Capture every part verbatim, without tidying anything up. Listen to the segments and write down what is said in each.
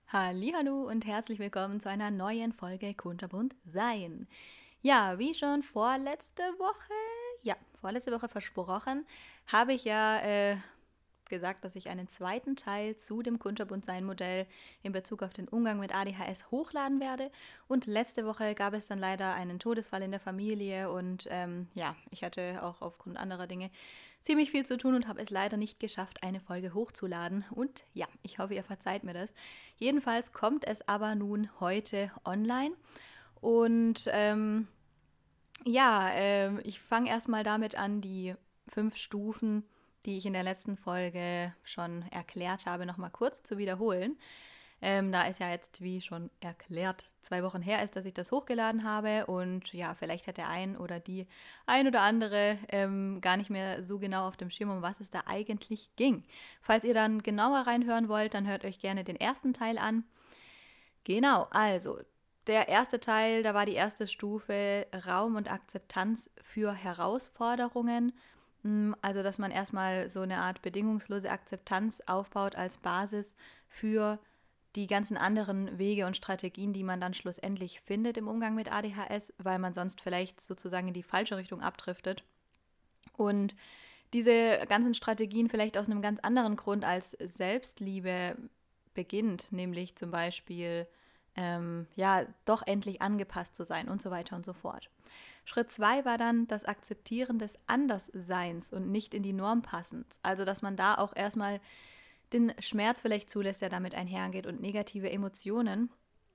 Hallihallo und herzlich willkommen zu einer neuen Folge Kunterbunt Sein. Ja, wie schon vorletzte Woche, ja, vorletzte Woche versprochen, habe ich ja äh, gesagt, dass ich einen zweiten Teil zu dem Kunterbunt Sein Modell in Bezug auf den Umgang mit A D H S hochladen werde. Und letzte Woche gab es dann leider einen Todesfall in der Familie und ähm, ja, ich hatte auch aufgrund anderer Dinge ziemlich viel zu tun und habe es leider nicht geschafft, eine Folge hochzuladen. Und ja, ich hoffe, ihr verzeiht mir das. Jedenfalls kommt es aber nun heute online. Und ähm, ja, ähm, ich fange erstmal damit an, die fünf Stufen, die ich in der letzten Folge schon erklärt habe, nochmal kurz zu wiederholen. Ähm, da es ja jetzt, wie schon erklärt, zwei Wochen her ist, dass ich das hochgeladen habe und ja, vielleicht hat der ein oder die ein oder andere ähm, gar nicht mehr so genau auf dem Schirm, um was es da eigentlich ging. Falls ihr dann genauer reinhören wollt, dann hört euch gerne den ersten Teil an. Genau, also der erste Teil, da war die erste Stufe Raum und Akzeptanz für Herausforderungen. Also, dass man erstmal so eine Art bedingungslose Akzeptanz aufbaut als Basis für die ganzen anderen Wege und Strategien, die man dann schlussendlich findet im Umgang mit A D H S, weil man sonst vielleicht sozusagen in die falsche Richtung abdriftet. Und diese ganzen Strategien vielleicht aus einem ganz anderen Grund als Selbstliebe beginnt, nämlich zum Beispiel, ähm, ja, doch endlich angepasst zu sein und so weiter und so fort. Schritt zwei war dann das Akzeptieren des Andersseins und nicht in die Norm passend. Also, dass man da auch erstmal den Schmerz vielleicht zulässt, der damit einhergeht und negative Emotionen.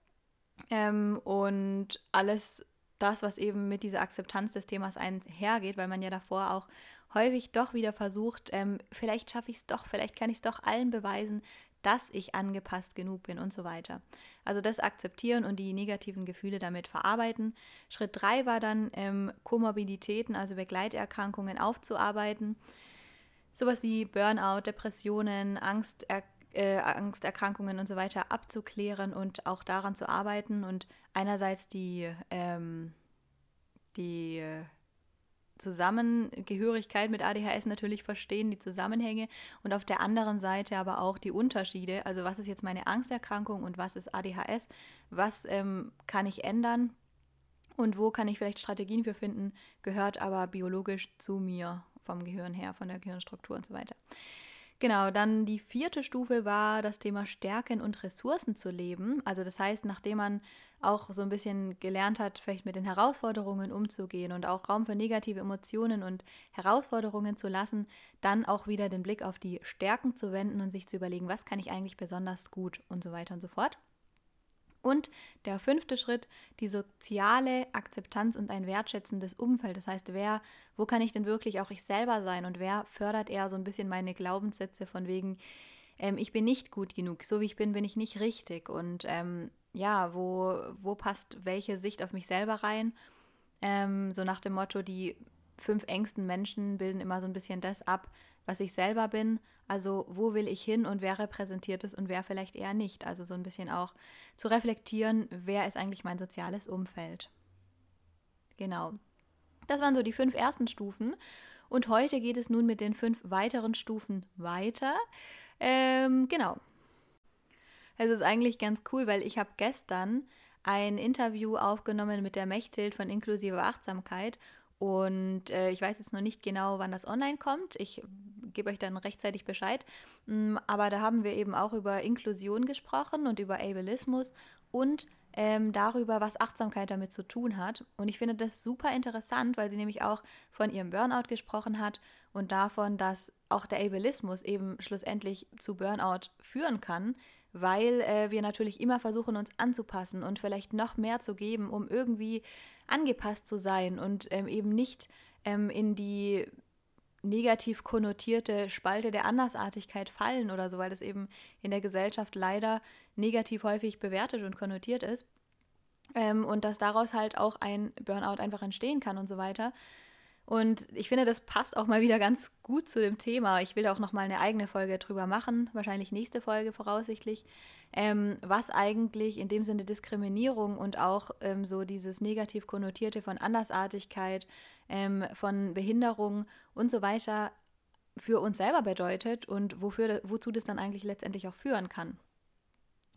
Ähm, und alles das, was eben mit dieser Akzeptanz des Themas einhergeht, weil man ja davor auch häufig doch wieder versucht, ähm, vielleicht schaffe ich es doch, vielleicht kann ich es doch allen beweisen, dass ich angepasst genug bin und so weiter. Also das akzeptieren und die negativen Gefühle damit verarbeiten. Schritt drei war dann ähm, Komorbiditäten, also Begleiterkrankungen aufzuarbeiten. Sowas wie Burnout, Depressionen, Angst, äh, Angsterkrankungen und so weiter abzuklären und auch daran zu arbeiten und einerseits die, ähm, die Zusammengehörigkeit mit A D H S natürlich verstehen, die Zusammenhänge und auf der anderen Seite aber auch die Unterschiede. Also was ist jetzt meine Angsterkrankung und was ist A D H S? Was ähm, kann ich ändern und wo kann ich vielleicht Strategien für finden? Gehört aber biologisch zu mir vom Gehirn her, von der Gehirnstruktur und so weiter. Genau, dann die vierte Stufe war das Thema Stärken und Ressourcen zu leben. Also das heißt, nachdem man auch so ein bisschen gelernt hat, vielleicht mit den Herausforderungen umzugehen und auch Raum für negative Emotionen und Herausforderungen zu lassen, dann auch wieder den Blick auf die Stärken zu wenden und sich zu überlegen, was kann ich eigentlich besonders gut und so weiter und so fort. Und der fünfte Schritt, die soziale Akzeptanz und ein wertschätzendes Umfeld. Das heißt, wer, wo kann ich denn wirklich auch ich selber sein und wer fördert eher so ein bisschen meine Glaubenssätze von wegen, ähm, ich bin nicht gut genug, so wie ich bin, bin ich nicht richtig. Und ähm, ja, wo, wo passt welche Sicht auf mich selber rein? Ähm, so nach dem Motto, die fünf engsten Menschen bilden immer so ein bisschen das ab, was ich selber bin. Also wo will ich hin und wer repräsentiert es und wer vielleicht eher nicht. Also so ein bisschen auch zu reflektieren, wer ist eigentlich mein soziales Umfeld. Genau. Das waren so die fünf ersten Stufen. Und heute geht es nun mit den fünf weiteren Stufen weiter. Ähm, genau. Es ist eigentlich ganz cool, weil ich habe gestern ein Interview aufgenommen mit der Mechthild von Inklusive Achtsamkeit und äh, ich weiß jetzt noch nicht genau, wann das online kommt. Ich gebe euch dann rechtzeitig Bescheid. Mm, aber da haben wir eben auch über Inklusion gesprochen und über Ableismus und ähm, darüber, was Achtsamkeit damit zu tun hat. Und ich finde das super interessant, weil sie nämlich auch von ihrem Burnout gesprochen hat und davon, dass auch der Ableismus eben schlussendlich zu Burnout führen kann, weil äh, wir natürlich immer versuchen, uns anzupassen und vielleicht noch mehr zu geben, um irgendwie angepasst zu sein und ähm, eben nicht ähm, in die negativ konnotierte Spalte der Andersartigkeit fallen oder so, weil das eben in der Gesellschaft leider negativ häufig bewertet und konnotiert ist. Ähm, und dass daraus halt auch ein Burnout einfach entstehen kann und so weiter. Und ich finde, das passt auch mal wieder ganz gut zu dem Thema. Ich will da auch noch mal eine eigene Folge drüber machen, wahrscheinlich nächste Folge voraussichtlich, ähm, was eigentlich in dem Sinne Diskriminierung und auch ähm, so dieses negativ konnotierte von Andersartigkeit, ähm, von Behinderung und so weiter für uns selber bedeutet und wofür, wozu das dann eigentlich letztendlich auch führen kann.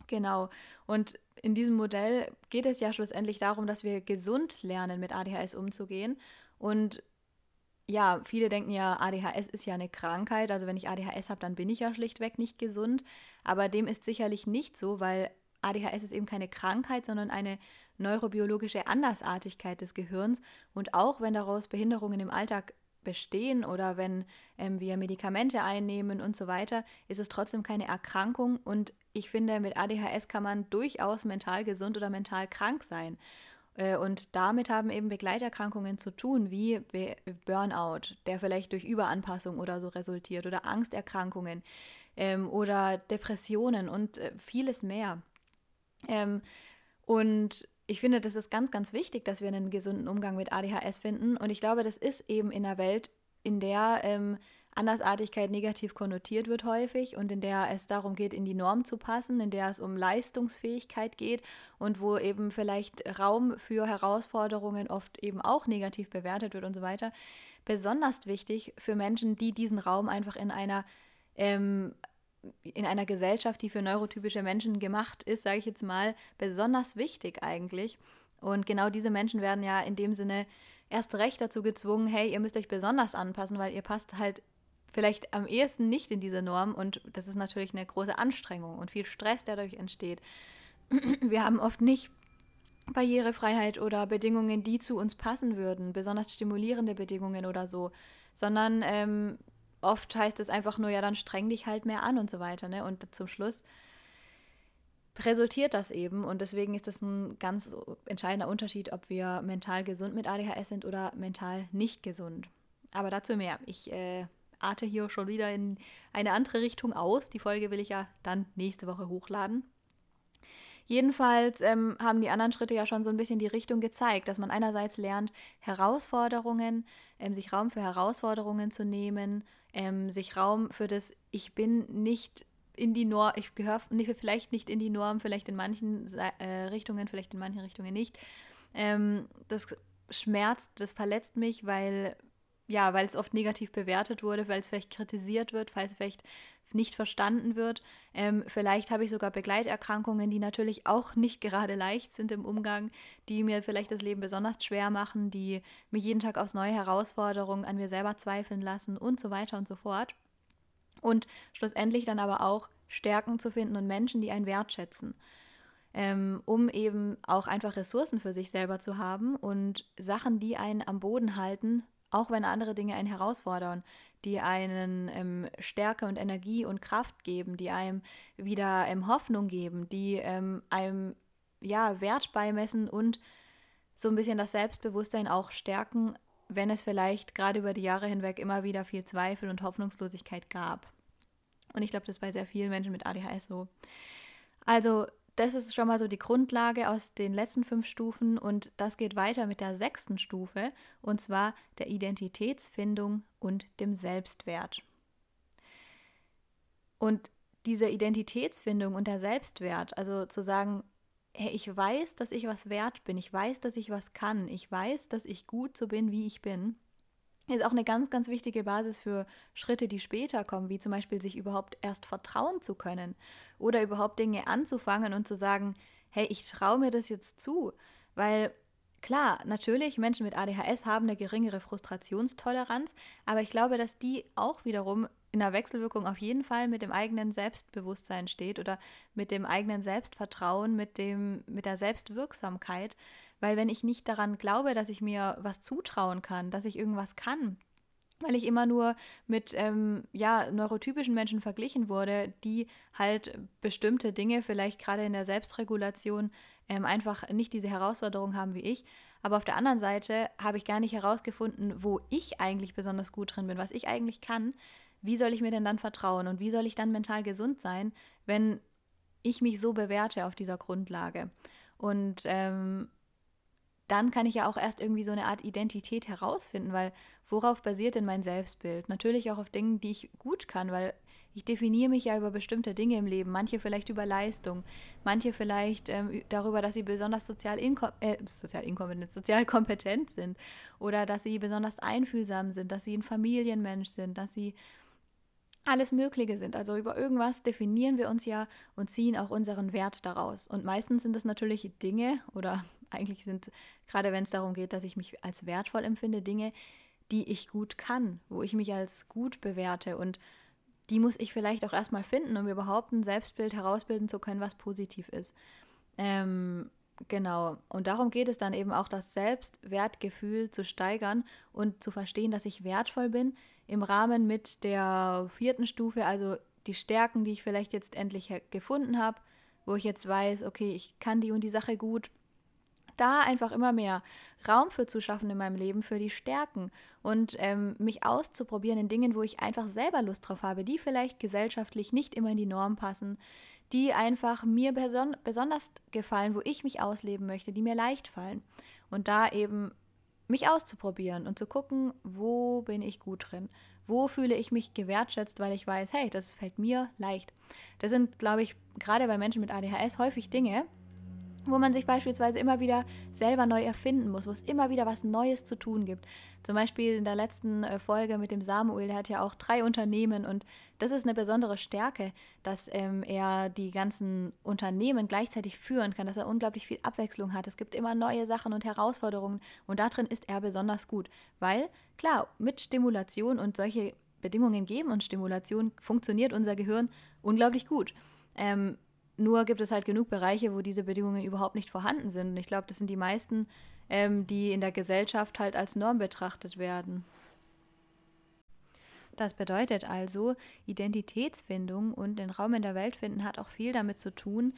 Genau. Und in diesem Modell geht es ja schlussendlich darum, dass wir gesund lernen, mit A D H S umzugehen. Und ja, viele denken ja, A D H S ist ja eine Krankheit. Also wenn ich A D H S habe, dann bin ich ja schlichtweg nicht gesund. Aber dem ist sicherlich nicht so, weil A D H S ist eben keine Krankheit, sondern eine neurobiologische Andersartigkeit des Gehirns. Und auch wenn daraus Behinderungen im Alltag bestehen oder wenn ähm, wir Medikamente einnehmen und so weiter, ist es trotzdem keine Erkrankung. Und ich finde, mit A D H S kann man durchaus mental gesund oder mental krank sein. Äh, Und damit haben eben Begleiterkrankungen zu tun, wie Be Burnout, der vielleicht durch Überanpassung oder so resultiert, oder Angsterkrankungen ähm, oder Depressionen und äh, vieles mehr. Ähm, und ich finde, das ist ganz, ganz wichtig, dass wir einen gesunden Umgang mit A D H S finden. Und ich glaube, das ist eben in einer Welt, in der ähm, Andersartigkeit negativ konnotiert wird häufig und in der es darum geht, in die Norm zu passen, in der es um Leistungsfähigkeit geht und wo eben vielleicht Raum für Herausforderungen oft eben auch negativ bewertet wird und so weiter. Besonders wichtig für Menschen, die diesen Raum einfach in einer ähm, in einer Gesellschaft, die für neurotypische Menschen gemacht ist, sage ich jetzt mal, besonders wichtig eigentlich. Und genau diese Menschen werden ja in dem Sinne erst recht dazu gezwungen, hey, ihr müsst euch besonders anpassen, weil ihr passt halt vielleicht am ehesten nicht in diese Norm und das ist natürlich eine große Anstrengung und viel Stress, der dadurch entsteht. Wir haben oft nicht Barrierefreiheit oder Bedingungen, die zu uns passen würden, besonders stimulierende Bedingungen oder so, sondern ähm, oft heißt es einfach nur, ja, dann streng dich halt mehr an und so weiter, ne? Und zum Schluss resultiert das eben und deswegen ist das ein ganz entscheidender Unterschied, ob wir mental gesund mit A D H S sind oder mental nicht gesund. Aber dazu mehr. Ich äh, arte hier schon wieder in eine andere Richtung aus. Die Folge will ich ja dann nächste Woche hochladen. Jedenfalls ähm, haben die anderen Schritte ja schon so ein bisschen die Richtung gezeigt, dass man einerseits lernt, Herausforderungen, ähm, sich Raum für Herausforderungen zu nehmen, ähm, sich Raum für das, ich bin nicht in die Norm, ich gehöre vielleicht nicht in die Norm, vielleicht in manchen äh, Richtungen, vielleicht in manchen Richtungen nicht. Ähm, das schmerzt, das verletzt mich, weil, ja, weil es oft negativ bewertet wurde, weil es vielleicht kritisiert wird, weil es vielleicht nicht verstanden wird. Ähm, vielleicht habe ich sogar Begleiterkrankungen, die natürlich auch nicht gerade leicht sind im Umgang, die mir vielleicht das Leben besonders schwer machen, die mich jeden Tag aufs neue Herausforderungen an mir selber zweifeln lassen und so weiter und so fort. Und schlussendlich dann aber auch Stärken zu finden und Menschen, die einen wertschätzen, ähm, um eben auch einfach Ressourcen für sich selber zu haben und Sachen, die einen am Boden halten, auch wenn andere Dinge einen herausfordern, die einen ähm, Stärke und Energie und Kraft geben, die einem wieder ähm, Hoffnung geben, die ähm, einem ja, Wert beimessen und so ein bisschen das Selbstbewusstsein auch stärken, wenn es vielleicht gerade über die Jahre hinweg immer wieder viel Zweifel und Hoffnungslosigkeit gab. Und ich glaube, das ist bei sehr vielen Menschen mit A D H S so. Also das ist schon mal so die Grundlage aus den letzten fünf Stufen und das geht weiter mit der sechsten Stufe und zwar der Identitätsfindung und dem Selbstwert. Und diese Identitätsfindung und der Selbstwert, also zu sagen, hey, ich weiß, dass ich was wert bin, ich weiß, dass ich was kann, ich weiß, dass ich gut so bin, wie ich bin, ist auch eine ganz, ganz wichtige Basis für Schritte, die später kommen, wie zum Beispiel sich überhaupt erst vertrauen zu können oder überhaupt Dinge anzufangen und zu sagen, hey, ich traue mir das jetzt zu, weil klar, natürlich, Menschen mit A D H S haben eine geringere Frustrationstoleranz, aber ich glaube, dass die auch wiederum in der Wechselwirkung auf jeden Fall mit dem eigenen Selbstbewusstsein steht oder mit dem eigenen Selbstvertrauen, mit dem, mit der Selbstwirksamkeit, weil wenn ich nicht daran glaube, dass ich mir was zutrauen kann, dass ich irgendwas kann, weil ich immer nur mit ähm, ja, neurotypischen Menschen verglichen wurde, die halt bestimmte Dinge vielleicht gerade in der Selbstregulation ähm, einfach nicht diese Herausforderung haben wie ich. Aber auf der anderen Seite habe ich gar nicht herausgefunden, wo ich eigentlich besonders gut drin bin, was ich eigentlich kann. Wie soll ich mir denn dann vertrauen und wie soll ich dann mental gesund sein, wenn ich mich so bewerte auf dieser Grundlage? Und ähm, dann kann ich ja auch erst irgendwie so eine Art Identität herausfinden, weil worauf basiert denn mein Selbstbild? Natürlich auch auf Dingen, die ich gut kann, weil ich definiere mich ja über bestimmte Dinge im Leben, manche vielleicht über Leistung, manche vielleicht ähm, darüber, dass sie besonders sozial, inkom äh, sozial inkompetent, sozial kompetent sind oder dass sie besonders einfühlsam sind, dass sie ein Familienmensch sind, dass sie alles Mögliche sind. Also über irgendwas definieren wir uns ja und ziehen auch unseren Wert daraus. Und meistens sind es natürlich Dinge oder eigentlich sind, gerade wenn es darum geht, dass ich mich als wertvoll empfinde, Dinge, die ich gut kann, wo ich mich als gut bewerte. Und die muss ich vielleicht auch erstmal finden, um mir überhaupt ein Selbstbild herausbilden zu können, was positiv ist. Ähm, genau. Und darum geht es dann eben auch, das Selbstwertgefühl zu steigern und zu verstehen, dass ich wertvoll bin im Rahmen mit der vierten Stufe, also die Stärken, die ich vielleicht jetzt endlich gefunden habe, wo ich jetzt weiß, okay, ich kann die und die Sache gut, da einfach immer mehr Raum für zu schaffen in meinem Leben, für die Stärken und ähm, mich auszuprobieren in Dingen, wo ich einfach selber Lust drauf habe, die vielleicht gesellschaftlich nicht immer in die Norm passen, die einfach mir beson besonders gefallen, wo ich mich ausleben möchte, die mir leicht fallen. Und da eben mich auszuprobieren und zu gucken, wo bin ich gut drin, wo fühle ich mich gewertschätzt, weil ich weiß, hey, das fällt mir leicht. Das sind, glaube ich, gerade bei Menschen mit A D H S häufig Dinge, wo man sich beispielsweise immer wieder selber neu erfinden muss, wo es immer wieder was Neues zu tun gibt. Zum Beispiel in der letzten Folge mit dem Samuel, der hat ja auch drei Unternehmen und das ist eine besondere Stärke, dass ähm, er die ganzen Unternehmen gleichzeitig führen kann, dass er unglaublich viel Abwechslung hat. Es gibt immer neue Sachen und Herausforderungen und darin ist er besonders gut, weil klar, mit Stimulation und solche Bedingungen geben und Stimulation funktioniert unser Gehirn unglaublich gut. Ähm, Nur gibt es halt genug Bereiche, wo diese Bedingungen überhaupt nicht vorhanden sind. Und ich glaube, das sind die meisten, ähm, die in der Gesellschaft halt als Norm betrachtet werden. Das bedeutet also, Identitätsfindung und den Raum in der Welt finden hat auch viel damit zu tun,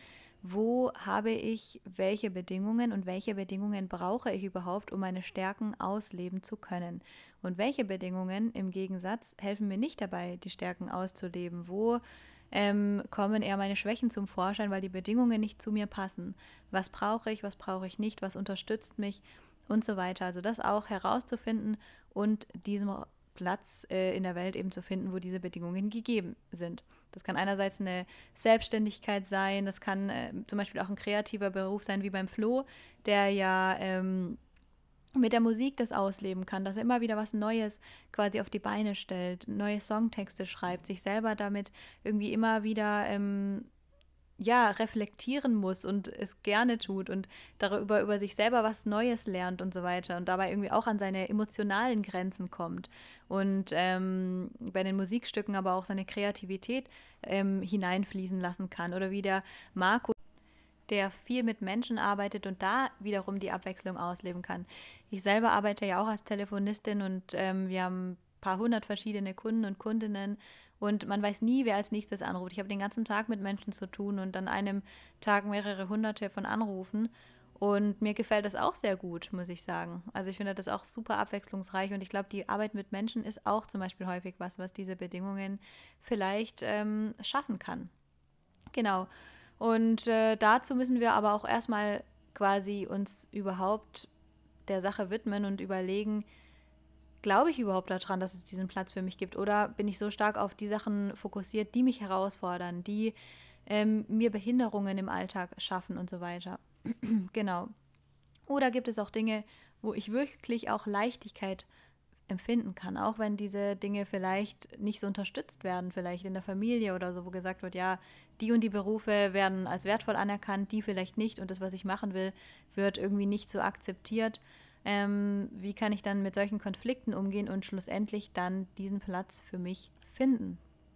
wo habe ich welche Bedingungen und welche Bedingungen brauche ich überhaupt, um meine Stärken ausleben zu können. Und welche Bedingungen im Gegensatz helfen mir nicht dabei, die Stärken auszuleben. Wo ähm, kommen eher meine Schwächen zum Vorschein, weil die Bedingungen nicht zu mir passen. Was brauche ich, was brauche ich nicht, was unterstützt mich und so weiter. Also das auch herauszufinden und diesen Platz äh, in der Welt eben zu finden, wo diese Bedingungen gegeben sind. Das kann einerseits eine Selbstständigkeit sein, das kann äh, zum Beispiel auch ein kreativer Beruf sein, wie beim Flo, der ja ähm, mit der Musik das ausleben kann, dass er immer wieder was Neues quasi auf die Beine stellt, neue Songtexte schreibt, sich selber damit irgendwie immer wieder ähm, ja, reflektieren muss und es gerne tut und darüber über sich selber was Neues lernt und so weiter und dabei irgendwie auch an seine emotionalen Grenzen kommt und ähm, bei den Musikstücken aber auch seine Kreativität ähm, hineinfließen lassen kann. Oder wie der Marco, der viel mit Menschen arbeitet und da wiederum die Abwechslung ausleben kann. Ich selber arbeite ja auch als Telefonistin und ähm, wir haben ein paar hundert verschiedene Kunden und Kundinnen und man weiß nie, wer als nächstes anruft. Ich habe den ganzen Tag mit Menschen zu tun und an einem Tag mehrere hunderte von Anrufen und mir gefällt das auch sehr gut, muss ich sagen. Also ich finde das auch super abwechslungsreich und ich glaube, die Arbeit mit Menschen ist auch zum Beispiel häufig was, was diese Bedingungen vielleicht ähm, schaffen kann. Genau. Und äh, dazu müssen wir aber auch erstmal quasi uns überhaupt der Sache widmen und überlegen, glaube ich überhaupt daran, dass es diesen Platz für mich gibt? Oder bin ich so stark auf die Sachen fokussiert, die mich herausfordern, die ähm, mir Behinderungen im Alltag schaffen und so weiter? Genau. Oder gibt es auch Dinge, wo ich wirklich auch Leichtigkeit empfinden kann, auch wenn diese Dinge vielleicht nicht so unterstützt werden, vielleicht in der Familie oder so, wo gesagt wird, ja, die und die Berufe werden als wertvoll anerkannt, die vielleicht nicht und das, was ich machen will, wird irgendwie nicht so akzeptiert. Ähm, wie kann ich dann mit solchen Konflikten umgehen und schlussendlich dann diesen Platz für mich finden?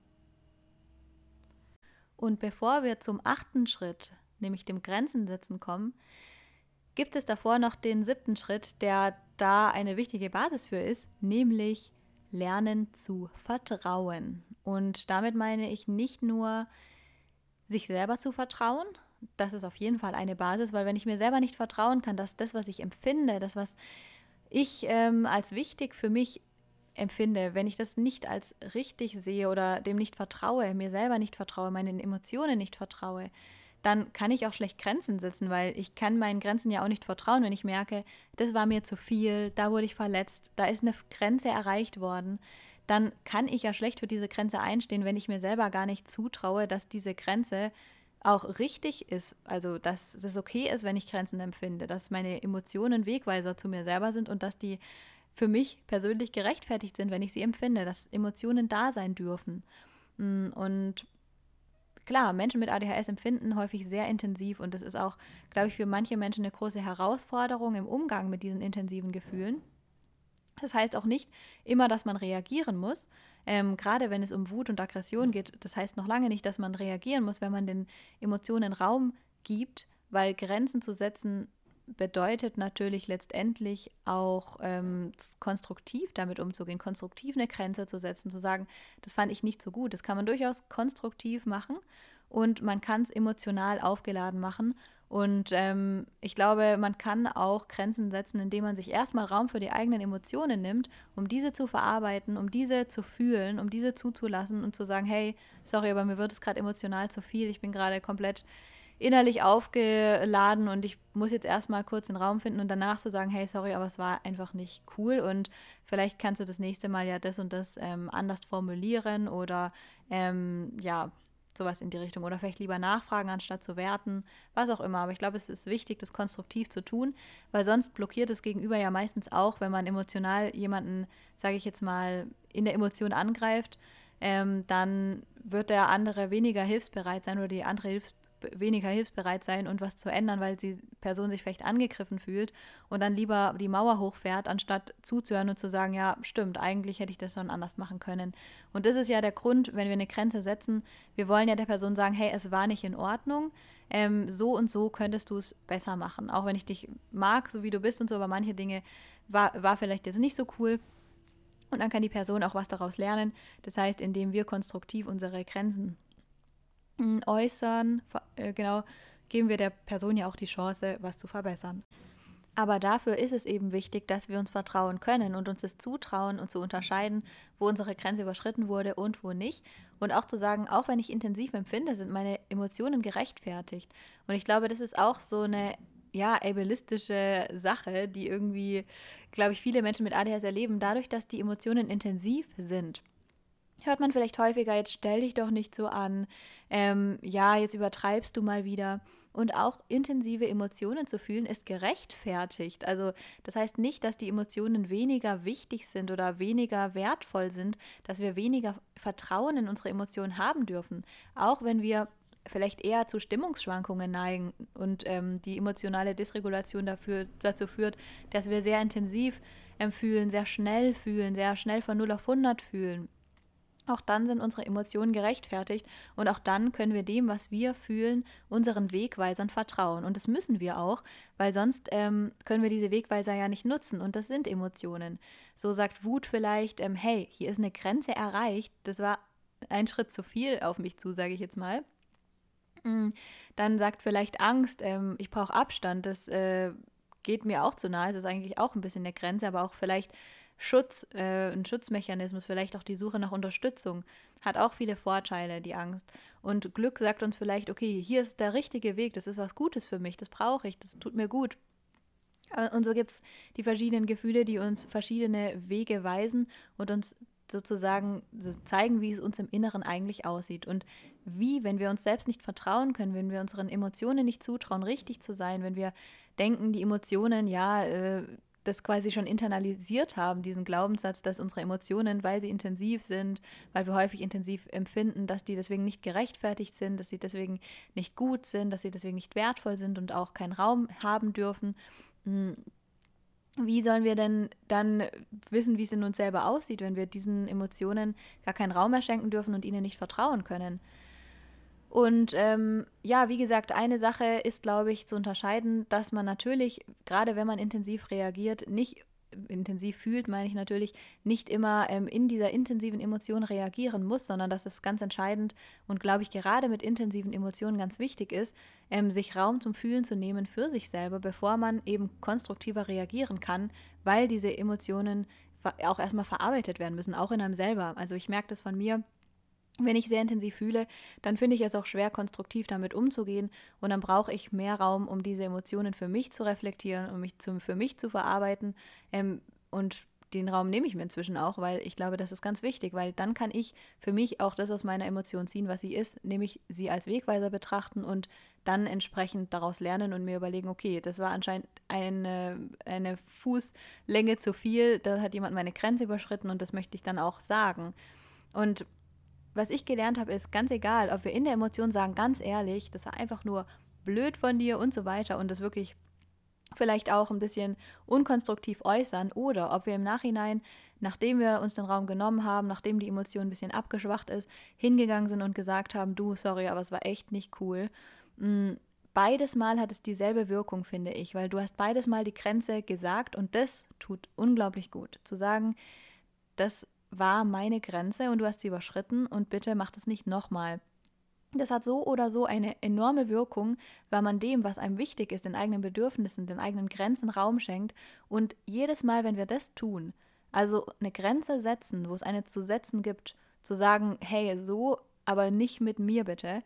Und bevor wir zum achten Schritt, nämlich dem Grenzen setzen, kommen, gibt es davor noch den siebten Schritt, der da eine wichtige Basis für ist, nämlich lernen zu vertrauen. Und damit meine ich nicht nur, sich selber zu vertrauen. Das ist auf jeden Fall eine Basis, weil wenn ich mir selber nicht vertrauen kann, dass das, was ich empfinde, das, was ich ähm, als wichtig für mich empfinde, wenn ich das nicht als richtig sehe oder dem nicht vertraue, mir selber nicht vertraue, meinen Emotionen nicht vertraue, dann kann ich auch schlecht Grenzen setzen, weil ich kann meinen Grenzen ja auch nicht vertrauen, wenn ich merke, das war mir zu viel, da wurde ich verletzt, da ist eine Grenze erreicht worden, dann kann ich ja schlecht für diese Grenze einstehen, wenn ich mir selber gar nicht zutraue, dass diese Grenze auch richtig ist, also dass es okay ist, wenn ich Grenzen empfinde, dass meine Emotionen Wegweiser zu mir selber sind und dass die für mich persönlich gerechtfertigt sind, wenn ich sie empfinde, dass Emotionen da sein dürfen. Mm, Und klar, Menschen mit A D H S empfinden häufig sehr intensiv und das ist auch, glaube ich, für manche Menschen eine große Herausforderung im Umgang mit diesen intensiven Gefühlen. Das heißt auch nicht immer, dass man reagieren muss, ähm, gerade wenn es um Wut und Aggression geht. Das heißt noch lange nicht, dass man reagieren muss, wenn man den Emotionen Raum gibt, weil Grenzen zu setzen bedeutet natürlich letztendlich auch ähm, konstruktiv damit umzugehen, konstruktiv eine Grenze zu setzen, zu sagen, das fand ich nicht so gut. Das kann man durchaus konstruktiv machen und man kann es emotional aufgeladen machen. Und ähm, ich glaube, man kann auch Grenzen setzen, indem man sich erstmal Raum für die eigenen Emotionen nimmt, um diese zu verarbeiten, um diese zu fühlen, um diese zuzulassen und zu sagen, hey, sorry, aber mir wird es gerade emotional zu viel, ich bin gerade komplett innerlich aufgeladen und ich muss jetzt erstmal kurz den Raum finden und danach zu sagen, hey, sorry, aber es war einfach nicht cool und vielleicht kannst du das nächste Mal ja das und das ähm, anders formulieren oder ähm, ja, sowas in die Richtung oder vielleicht lieber nachfragen, anstatt zu werten, was auch immer. Aber ich glaube, es ist wichtig, das konstruktiv zu tun, weil sonst blockiert das Gegenüber ja meistens auch, wenn man emotional jemanden, sage ich jetzt mal, in der Emotion angreift, ähm, dann wird der andere weniger hilfsbereit sein oder die andere hilfs weniger hilfsbereit sein und was zu ändern, weil die Person sich vielleicht angegriffen fühlt und dann lieber die Mauer hochfährt, anstatt zuzuhören und zu sagen, ja, stimmt, eigentlich hätte ich das schon anders machen können. Und das ist ja der Grund, wenn wir eine Grenze setzen, wir wollen ja der Person sagen, hey, es war nicht in Ordnung, ähm, so und so könntest du es besser machen. Auch wenn ich dich mag, so wie du bist und so, aber manche Dinge war, war vielleicht jetzt nicht so cool. Und dann kann die Person auch was daraus lernen. Das heißt, indem wir konstruktiv unsere Grenzen äußern, äh, genau, geben wir der Person ja auch die Chance, was zu verbessern. Aber dafür ist es eben wichtig, dass wir uns vertrauen können und uns das zutrauen und zu unterscheiden, wo unsere Grenze überschritten wurde und wo nicht. Und auch zu sagen, auch wenn ich intensiv empfinde, sind meine Emotionen gerechtfertigt. Und ich glaube, das ist auch so eine, ja, ableistische Sache, die irgendwie, glaube ich, viele Menschen mit A D H S erleben, dadurch, dass die Emotionen intensiv sind. Hört man vielleicht häufiger, jetzt stell dich doch nicht so an, ähm, ja, jetzt übertreibst du mal wieder. Und auch intensive Emotionen zu fühlen, ist gerechtfertigt. Also das heißt nicht, dass die Emotionen weniger wichtig sind oder weniger wertvoll sind, dass wir weniger Vertrauen in unsere Emotionen haben dürfen. Auch wenn wir vielleicht eher zu Stimmungsschwankungen neigen und ähm, die emotionale Dysregulation dafür, dazu führt, dass wir sehr intensiv ähm, fühlen, sehr schnell fühlen, sehr schnell von null auf hundert fühlen. Auch dann sind unsere Emotionen gerechtfertigt und auch dann können wir dem, was wir fühlen, unseren Wegweisern vertrauen. Und das müssen wir auch, weil sonst ähm, können wir diese Wegweiser ja nicht nutzen und das sind Emotionen. So sagt Wut vielleicht, ähm, hey, hier ist eine Grenze erreicht, das war ein Schritt zu viel auf mich zu, sage ich jetzt mal. Dann sagt vielleicht Angst, ähm, ich brauche Abstand, das äh, geht mir auch zu nahe, das ist eigentlich auch ein bisschen eine Grenze, aber auch vielleicht Schutz, äh, ein Schutzmechanismus, vielleicht auch die Suche nach Unterstützung, hat auch viele Vorteile, die Angst. Und Glück sagt uns vielleicht, okay, hier ist der richtige Weg, das ist was Gutes für mich, das brauche ich, das tut mir gut. Und so gibt es die verschiedenen Gefühle, die uns verschiedene Wege weisen und uns sozusagen zeigen, wie es uns im Inneren eigentlich aussieht. Und wie, wenn wir uns selbst nicht vertrauen können, wenn wir unseren Emotionen nicht zutrauen, richtig zu sein, wenn wir denken, die Emotionen, ja, äh, das quasi schon internalisiert haben, diesen Glaubenssatz, dass unsere Emotionen, weil sie intensiv sind, weil wir häufig intensiv empfinden, dass die deswegen nicht gerechtfertigt sind, dass sie deswegen nicht gut sind, dass sie deswegen nicht wertvoll sind und auch keinen Raum haben dürfen. Wie sollen wir denn dann wissen, wie es in uns selber aussieht, wenn wir diesen Emotionen gar keinen Raum mehr schenken dürfen und ihnen nicht vertrauen können? Und ähm, ja, wie gesagt, eine Sache ist, glaube ich, zu unterscheiden, dass man natürlich, gerade wenn man intensiv reagiert, nicht intensiv fühlt, meine ich natürlich, nicht immer ähm, in dieser intensiven Emotion reagieren muss, sondern dass es ganz entscheidend und, glaube ich, gerade mit intensiven Emotionen ganz wichtig ist, ähm, sich Raum zum Fühlen zu nehmen für sich selber, bevor man eben konstruktiver reagieren kann, weil diese Emotionen auch erstmal verarbeitet werden müssen, auch in einem selber. Also ich merke das von mir. Wenn ich sehr intensiv fühle, dann finde ich es auch schwer, konstruktiv damit umzugehen und dann brauche ich mehr Raum, um diese Emotionen für mich zu reflektieren, um mich zu, für mich zu verarbeiten ähm, und den Raum nehme ich mir inzwischen auch, weil ich glaube, das ist ganz wichtig, weil dann kann ich für mich auch das aus meiner Emotion ziehen, was sie ist, nämlich sie als Wegweiser betrachten und dann entsprechend daraus lernen und mir überlegen, okay, das war anscheinend eine, eine Fußlänge zu viel, da hat jemand meine Grenze überschritten und das möchte ich dann auch sagen. Und was ich gelernt habe, ist ganz egal, ob wir in der Emotion sagen, ganz ehrlich, das war einfach nur blöd von dir und so weiter und das wirklich vielleicht auch ein bisschen unkonstruktiv äußern oder ob wir im Nachhinein, nachdem wir uns den Raum genommen haben, nachdem die Emotion ein bisschen abgeschwacht ist, hingegangen sind und gesagt haben, du, sorry, aber es war echt nicht cool. Beides Mal hat es dieselbe Wirkung, finde ich, weil du hast beides Mal die Grenze gesagt und das tut unglaublich gut. Zu sagen, das war meine Grenze und du hast sie überschritten und bitte mach das nicht nochmal. Das hat so oder so eine enorme Wirkung, weil man dem, was einem wichtig ist, den eigenen Bedürfnissen, den eigenen Grenzen Raum schenkt. Und jedes Mal, wenn wir das tun, also eine Grenze setzen, wo es eine zu setzen gibt, zu sagen, hey, so, aber nicht mit mir bitte,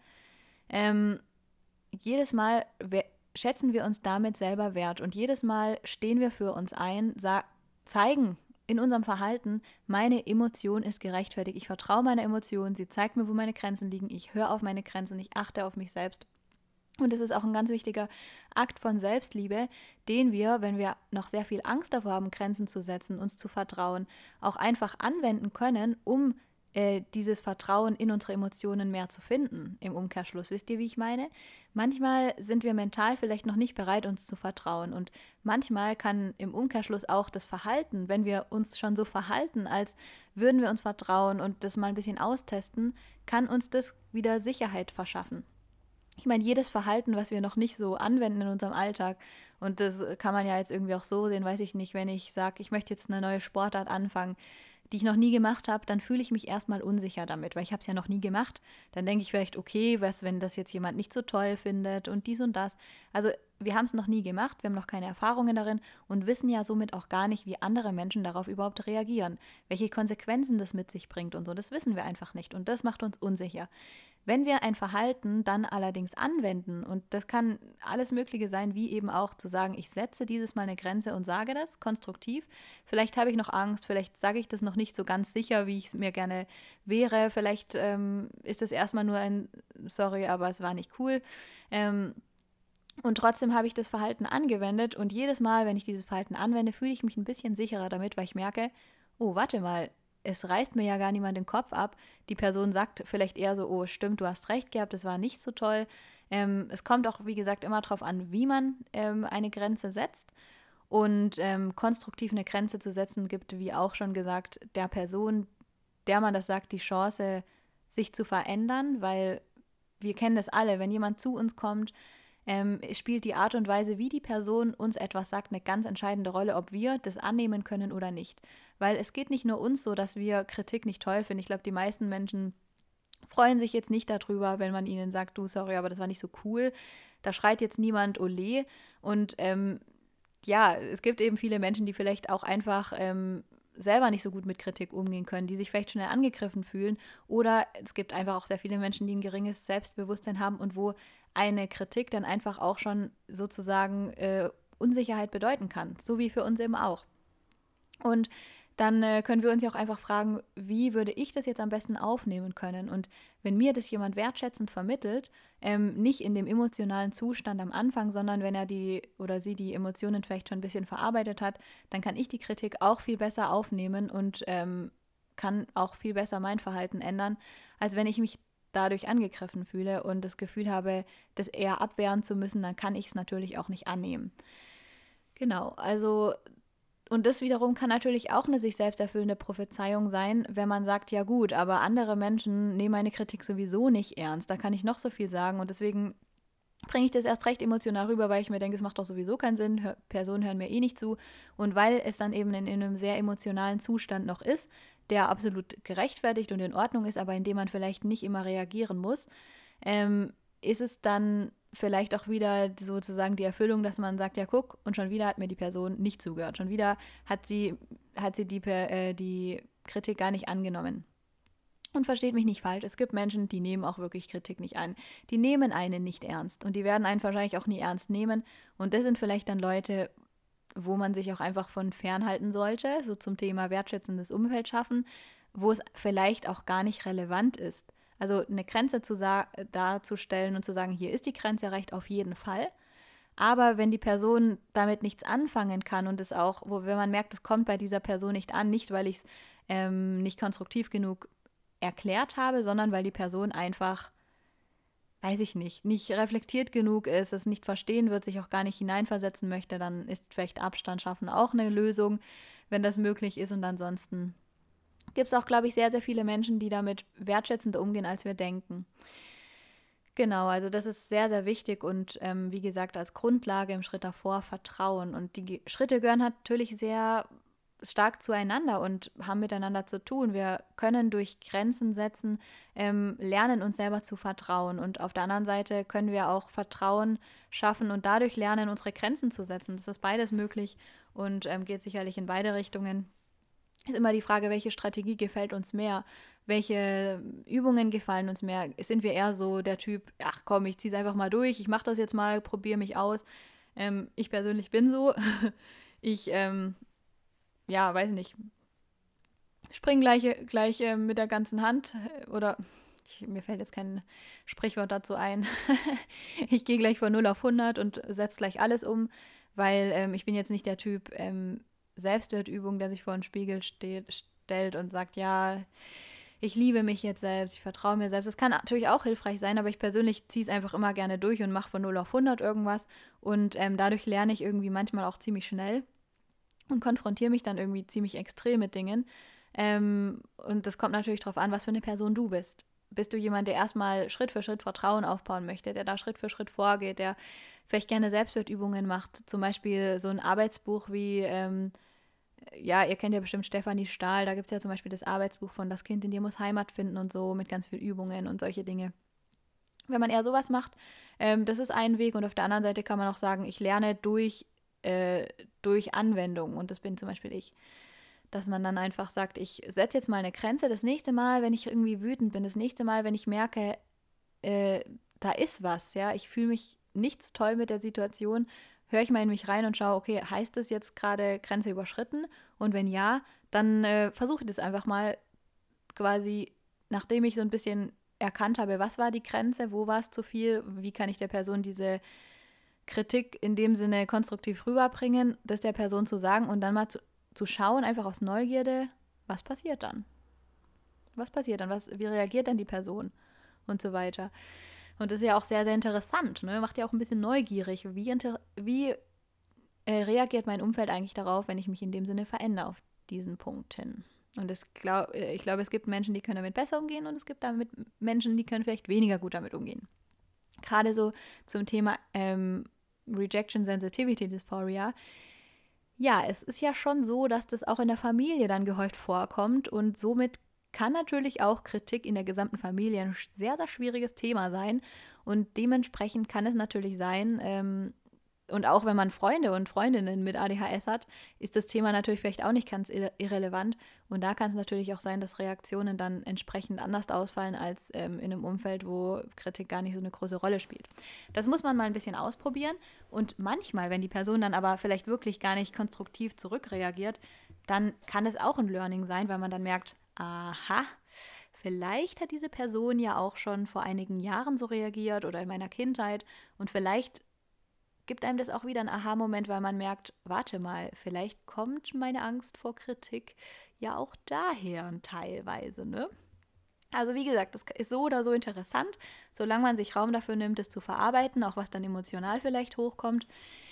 ähm, jedes Mal schätzen wir uns damit selber wert und jedes Mal stehen wir für uns ein, zeigen in unserem Verhalten, meine Emotion ist gerechtfertigt. Ich vertraue meiner Emotion, sie zeigt mir, wo meine Grenzen liegen. Ich höre auf meine Grenzen, ich achte auf mich selbst. Und es ist auch ein ganz wichtiger Akt von Selbstliebe, den wir, wenn wir noch sehr viel Angst davor haben, Grenzen zu setzen, uns zu vertrauen, auch einfach anwenden können, um äh, dieses Vertrauen in unsere Emotionen mehr zu finden im Umkehrschluss. Wisst ihr, wie ich meine? Manchmal sind wir mental vielleicht noch nicht bereit, uns zu vertrauen. Und manchmal kann im Umkehrschluss auch das Verhalten, wenn wir uns schon so verhalten, als würden wir uns vertrauen und das mal ein bisschen austesten, kann uns das wieder Sicherheit verschaffen. Ich meine, jedes Verhalten, was wir noch nicht so anwenden in unserem Alltag, und das kann man ja jetzt irgendwie auch so sehen, weiß ich nicht, wenn ich sage, ich möchte jetzt eine neue Sportart anfangen, die ich noch nie gemacht habe, dann fühle ich mich erstmal unsicher damit, weil ich habe es ja noch nie gemacht. Dann denke ich vielleicht, okay, was, wenn das jetzt jemand nicht so toll findet und dies und das. Also wir haben es noch nie gemacht, wir haben noch keine Erfahrungen darin und wissen ja somit auch gar nicht, wie andere Menschen darauf überhaupt reagieren, welche Konsequenzen das mit sich bringt und so. Das wissen wir einfach nicht und das macht uns unsicher. Wenn wir ein Verhalten dann allerdings anwenden, und das kann alles Mögliche sein, wie eben auch zu sagen, ich setze dieses Mal eine Grenze und sage das konstruktiv, vielleicht habe ich noch Angst, vielleicht sage ich das noch nicht so ganz sicher, wie ich es mir gerne wäre, vielleicht ähm, ist das erstmal nur ein sorry, aber es war nicht cool. Ähm, und trotzdem habe ich das Verhalten angewendet und jedes Mal, wenn ich dieses Verhalten anwende, fühle ich mich ein bisschen sicherer damit, weil ich merke, oh, warte mal, es reißt mir ja gar niemand den Kopf ab. Die Person sagt vielleicht eher so, oh, stimmt, du hast recht gehabt, das war nicht so toll. Ähm, es kommt auch, wie gesagt, immer darauf an, wie man ähm, eine Grenze setzt. Und ähm, konstruktiv eine Grenze zu setzen, gibt, wie auch schon gesagt, der Person, der man das sagt, die Chance, sich zu verändern, weil wir kennen das alle, wenn jemand zu uns kommt, ähm, spielt die Art und Weise, wie die Person uns etwas sagt, eine ganz entscheidende Rolle, ob wir das annehmen können oder nicht. Weil es geht nicht nur uns so, dass wir Kritik nicht toll finden. Ich glaube, die meisten Menschen freuen sich jetzt nicht darüber, wenn man ihnen sagt, du, sorry, aber das war nicht so cool. Da schreit jetzt niemand Ole. Und ähm, ja, es gibt eben viele Menschen, die vielleicht auch einfach ähm, selber nicht so gut mit Kritik umgehen können, die sich vielleicht schnell angegriffen fühlen. Oder es gibt einfach auch sehr viele Menschen, die ein geringes Selbstbewusstsein haben und wo eine Kritik dann einfach auch schon sozusagen äh, Unsicherheit bedeuten kann, so wie für uns eben auch. Und dann äh, können wir uns ja auch einfach fragen, wie würde ich das jetzt am besten aufnehmen können? Und wenn mir das jemand wertschätzend vermittelt, ähm, nicht in dem emotionalen Zustand am Anfang, sondern wenn er die oder sie die Emotionen vielleicht schon ein bisschen verarbeitet hat, dann kann ich die Kritik auch viel besser aufnehmen und ähm, kann auch viel besser mein Verhalten ändern, als wenn ich mich dadurch angegriffen fühle und das Gefühl habe, das eher abwehren zu müssen, dann kann ich es natürlich auch nicht annehmen. Genau, also und das wiederum kann natürlich auch eine sich selbst erfüllende Prophezeiung sein, wenn man sagt, ja gut, aber andere Menschen nehmen meine Kritik sowieso nicht ernst, da kann ich noch so viel sagen und deswegen bringe ich das erst recht emotional rüber, weil ich mir denke, es macht doch sowieso keinen Sinn, Hör- Personen hören mir eh nicht zu und weil es dann eben in, in einem sehr emotionalen Zustand noch ist, der absolut gerechtfertigt und in Ordnung ist, aber in dem man vielleicht nicht immer reagieren muss, ähm, ist es dann vielleicht auch wieder sozusagen die Erfüllung, dass man sagt, ja guck, und schon wieder hat mir die Person nicht zugehört, schon wieder hat sie, hat sie die, äh, die Kritik gar nicht angenommen. Und versteht mich nicht falsch, es gibt Menschen, die nehmen auch wirklich Kritik nicht an. Die nehmen einen nicht ernst und die werden einen wahrscheinlich auch nie ernst nehmen. Und das sind vielleicht dann Leute, wo man sich auch einfach von fernhalten sollte, so zum Thema wertschätzendes Umfeld schaffen, wo es vielleicht auch gar nicht relevant ist. Also eine Grenze zu darzustellen und zu sagen, hier ist die Grenze erreicht, auf jeden Fall. Aber wenn die Person damit nichts anfangen kann und es auch, wo wenn man merkt, es kommt bei dieser Person nicht an, nicht weil ich es ähm, nicht konstruktiv genug erklärt habe, sondern weil die Person einfach, weiß ich nicht, nicht reflektiert genug ist, es nicht verstehen wird, sich auch gar nicht hineinversetzen möchte, dann ist vielleicht Abstand schaffen auch eine Lösung, wenn das möglich ist. Und ansonsten gibt es auch, glaube ich, sehr, sehr viele Menschen, die damit wertschätzender umgehen, als wir denken. Genau, also das ist sehr, sehr wichtig und ähm, wie gesagt, als Grundlage im Schritt davor Vertrauen. Und die Ge- Schritte gehören natürlich sehr stark zueinander und haben miteinander zu tun. Wir können durch Grenzen setzen, ähm, lernen, uns selber zu vertrauen. Und auf der anderen Seite können wir auch Vertrauen schaffen und dadurch lernen, unsere Grenzen zu setzen. Das ist beides möglich und ähm, geht sicherlich in beide Richtungen. Ist immer die Frage, welche Strategie gefällt uns mehr? Welche Übungen gefallen uns mehr? Sind wir eher so der Typ, ach komm, ich ziehe es einfach mal durch, ich mache das jetzt mal, probiere mich aus. Ähm, ich persönlich bin so. Ich, ähm, ja, weiß nicht, spring gleich, gleich äh, mit der ganzen Hand äh, oder ich, mir fällt jetzt kein Sprichwort dazu ein. Ich gehe gleich von null auf hundert und setze gleich alles um, weil ähm, ich bin jetzt nicht der Typ ähm, Selbstwertübung, der sich vor den Spiegel steht, stellt und sagt, ja, ich liebe mich jetzt selbst, ich vertraue mir selbst. Das kann natürlich auch hilfreich sein, aber ich persönlich ziehe es einfach immer gerne durch und mache von null auf hundert irgendwas und ähm, dadurch lerne ich irgendwie manchmal auch ziemlich schnell und konfrontiere mich dann irgendwie ziemlich extrem mit Dingen. Ähm, und das kommt natürlich darauf an, was für eine Person du bist. Bist du jemand, der erstmal Schritt für Schritt Vertrauen aufbauen möchte, der da Schritt für Schritt vorgeht, der vielleicht gerne Selbstwertübungen macht, zum Beispiel so ein Arbeitsbuch wie, ähm, ja, ihr kennt ja bestimmt Stefanie Stahl, da gibt es ja zum Beispiel das Arbeitsbuch von Das Kind in dir muss Heimat finden und so, mit ganz vielen Übungen und solche Dinge. Wenn man eher sowas macht, ähm, das ist ein Weg und auf der anderen Seite kann man auch sagen, ich lerne durch, äh, durch Anwendung und das bin zum Beispiel ich. Dass man dann einfach sagt, ich setze jetzt mal eine Grenze, das nächste Mal, wenn ich irgendwie wütend bin, das nächste Mal, wenn ich merke, äh, da ist was, ja, ich fühle mich nicht so toll mit der Situation, höre ich mal in mich rein und schaue, okay, heißt das jetzt gerade Grenze überschritten? Und wenn ja, dann äh, versuche ich das einfach mal quasi, nachdem ich so ein bisschen erkannt habe, was war die Grenze, wo war es zu viel, wie kann ich der Person diese Kritik in dem Sinne konstruktiv rüberbringen, das der Person zu sagen und dann mal zu, zu schauen, einfach aus Neugierde, was passiert dann? Was passiert dann? Was, wie reagiert dann die Person? Und so weiter. Und das ist ja auch sehr, sehr interessant. Ne? Macht ja auch ein bisschen neugierig. Wie, inter- wie äh, reagiert mein Umfeld eigentlich darauf, wenn ich mich in dem Sinne verändere auf diesen Punkt hin? Und das glaub, äh, ich glaube, es gibt Menschen, die können damit besser umgehen und es gibt damit Menschen, die können vielleicht weniger gut damit umgehen. Gerade so zum Thema ähm, Rejection Sensitivity Dysphoria. Ja, es ist ja schon so, dass das auch in der Familie dann gehäuft vorkommt und somit kann natürlich auch Kritik in der gesamten Familie ein sehr, sehr schwieriges Thema sein und dementsprechend kann es natürlich sein, ähm, und auch wenn man Freunde und Freundinnen mit A D H S hat, ist das Thema natürlich vielleicht auch nicht ganz irre- irrelevant. Und da kann es natürlich auch sein, dass Reaktionen dann entsprechend anders ausfallen als ähm, in einem Umfeld, wo Kritik gar nicht so eine große Rolle spielt. Das muss man mal ein bisschen ausprobieren. Und manchmal, wenn die Person dann aber vielleicht wirklich gar nicht konstruktiv zurückreagiert, dann kann es auch ein Learning sein, weil man dann merkt, aha, vielleicht hat diese Person ja auch schon vor einigen Jahren so reagiert oder in meiner Kindheit und vielleicht gibt einem das auch wieder einen Aha-Moment, weil man merkt, warte mal, vielleicht kommt meine Angst vor Kritik ja auch daher teilweise, ne? Also wie gesagt, das ist so oder so interessant, solange man sich Raum dafür nimmt, es zu verarbeiten, auch was dann emotional vielleicht hochkommt.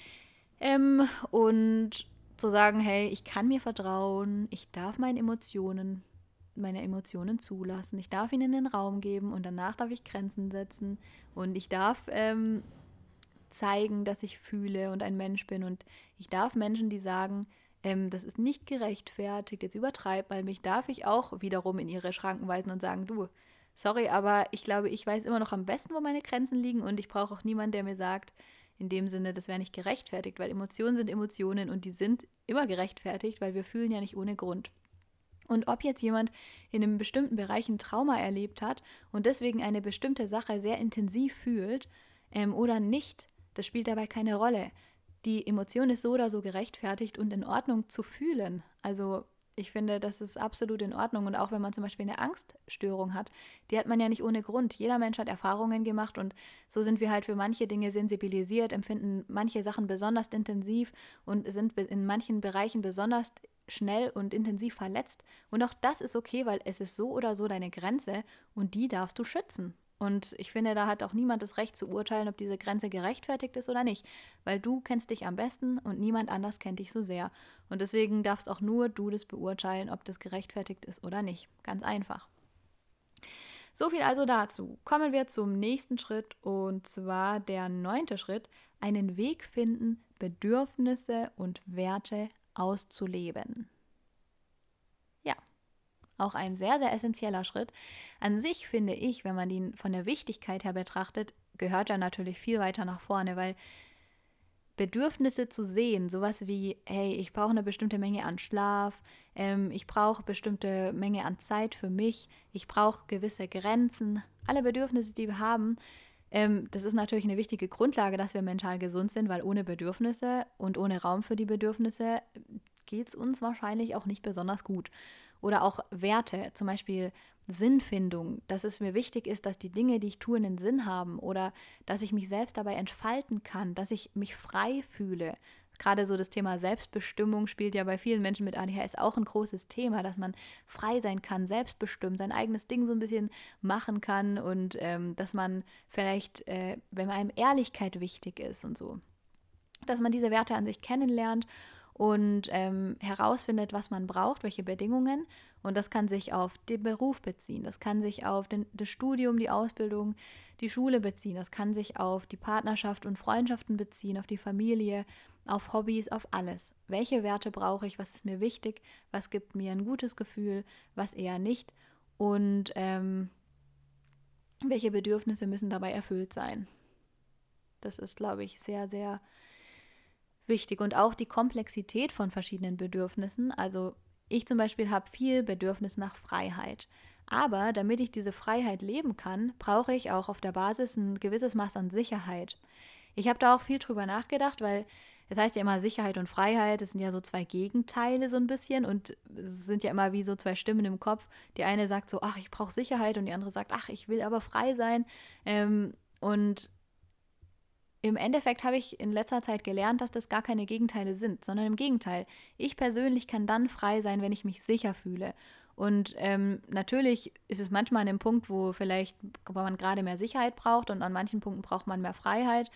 Ähm, und zu sagen, hey, ich kann mir vertrauen, ich darf meinen Emotionen, meine Emotionen zulassen, ich darf ihnen den Raum geben und danach darf ich Grenzen setzen und ich darf ähm, zeigen, dass ich fühle und ein Mensch bin. Und ich darf Menschen, die sagen, ähm, das ist nicht gerechtfertigt, jetzt übertreib mal mich, darf ich auch wiederum in ihre Schranken weisen und sagen, du, sorry, aber ich glaube, ich weiß immer noch am besten, wo meine Grenzen liegen und ich brauche auch niemanden, der mir sagt, in dem Sinne, das wäre nicht gerechtfertigt, weil Emotionen sind Emotionen und die sind immer gerechtfertigt, weil wir fühlen ja nicht ohne Grund. Und ob jetzt jemand in einem bestimmten Bereich ein Trauma erlebt hat und deswegen eine bestimmte Sache sehr intensiv fühlt ähm, oder nicht, das spielt dabei keine Rolle. Die Emotion ist so oder so gerechtfertigt und in Ordnung zu fühlen. Also ich finde, das ist absolut in Ordnung. Und auch wenn man zum Beispiel eine Angststörung hat, die hat man ja nicht ohne Grund. Jeder Mensch hat Erfahrungen gemacht und so sind wir halt für manche Dinge sensibilisiert, empfinden manche Sachen besonders intensiv und sind in manchen Bereichen besonders schnell und intensiv verletzt. Und auch das ist okay, weil es ist so oder so deine Grenze und die darfst du schützen. Und ich finde, da hat auch niemand das Recht zu urteilen, ob diese Grenze gerechtfertigt ist oder nicht. Weil du kennst dich am besten und niemand anders kennt dich so sehr. Und deswegen darfst auch nur du das beurteilen, ob das gerechtfertigt ist oder nicht. Ganz einfach. So viel also dazu. Kommen wir zum nächsten Schritt und zwar der neunte Schritt, einen Weg finden, Bedürfnisse und Werte auszuleben. Ja, auch ein sehr, sehr essentieller Schritt. An sich finde ich, wenn man ihn von der Wichtigkeit her betrachtet, gehört er natürlich viel weiter nach vorne, weil Bedürfnisse zu sehen, sowas wie, hey, ich brauche eine bestimmte Menge an Schlaf, ähm, ich brauche bestimmte Menge an Zeit für mich, ich brauche gewisse Grenzen, alle Bedürfnisse, die wir haben, ähm, das ist natürlich eine wichtige Grundlage, dass wir mental gesund sind, weil ohne Bedürfnisse und ohne Raum für die Bedürfnisse geht es uns wahrscheinlich auch nicht besonders gut. Oder auch Werte, zum Beispiel Sinnfindung, dass es mir wichtig ist, dass die Dinge, die ich tue, einen Sinn haben oder dass ich mich selbst dabei entfalten kann, dass ich mich frei fühle. Gerade so das Thema Selbstbestimmung spielt ja bei vielen Menschen mit A D H S auch ein großes Thema, dass man frei sein kann, selbstbestimmt, sein eigenes Ding so ein bisschen machen kann und ähm, dass man vielleicht, äh, wenn einem Ehrlichkeit wichtig ist und so, dass man diese Werte an sich kennenlernt und ähm, herausfindet, was man braucht, welche Bedingungen. Und das kann sich auf den Beruf beziehen, das kann sich auf den, das Studium, die Ausbildung, die Schule beziehen, das kann sich auf die Partnerschaft und Freundschaften beziehen, auf die Familie, auf Hobbys, auf alles. Welche Werte brauche ich, was ist mir wichtig, was gibt mir ein gutes Gefühl, was eher nicht und ähm, welche Bedürfnisse müssen dabei erfüllt sein. Das ist, glaube ich, sehr, sehr wichtig. Und auch die Komplexität von verschiedenen Bedürfnissen. Also ich zum Beispiel habe viel Bedürfnis nach Freiheit. Aber damit ich diese Freiheit leben kann, brauche ich auch auf der Basis ein gewisses Maß an Sicherheit. Ich habe da auch viel drüber nachgedacht, weil es heißt ja immer Sicherheit und Freiheit, das sind ja so zwei Gegenteile so ein bisschen und es sind ja immer wie so zwei Stimmen im Kopf. Die eine sagt so, ach, ich brauche Sicherheit und die andere sagt, ach, ich will aber frei sein. Ähm, und im Endeffekt habe ich in letzter Zeit gelernt, dass das gar keine Gegenteile sind, sondern im Gegenteil. Ich persönlich kann dann frei sein, wenn ich mich sicher fühle. Und ähm, natürlich ist es manchmal an dem Punkt, wo vielleicht wo man gerade mehr Sicherheit braucht und an manchen Punkten braucht man mehr Freiheit.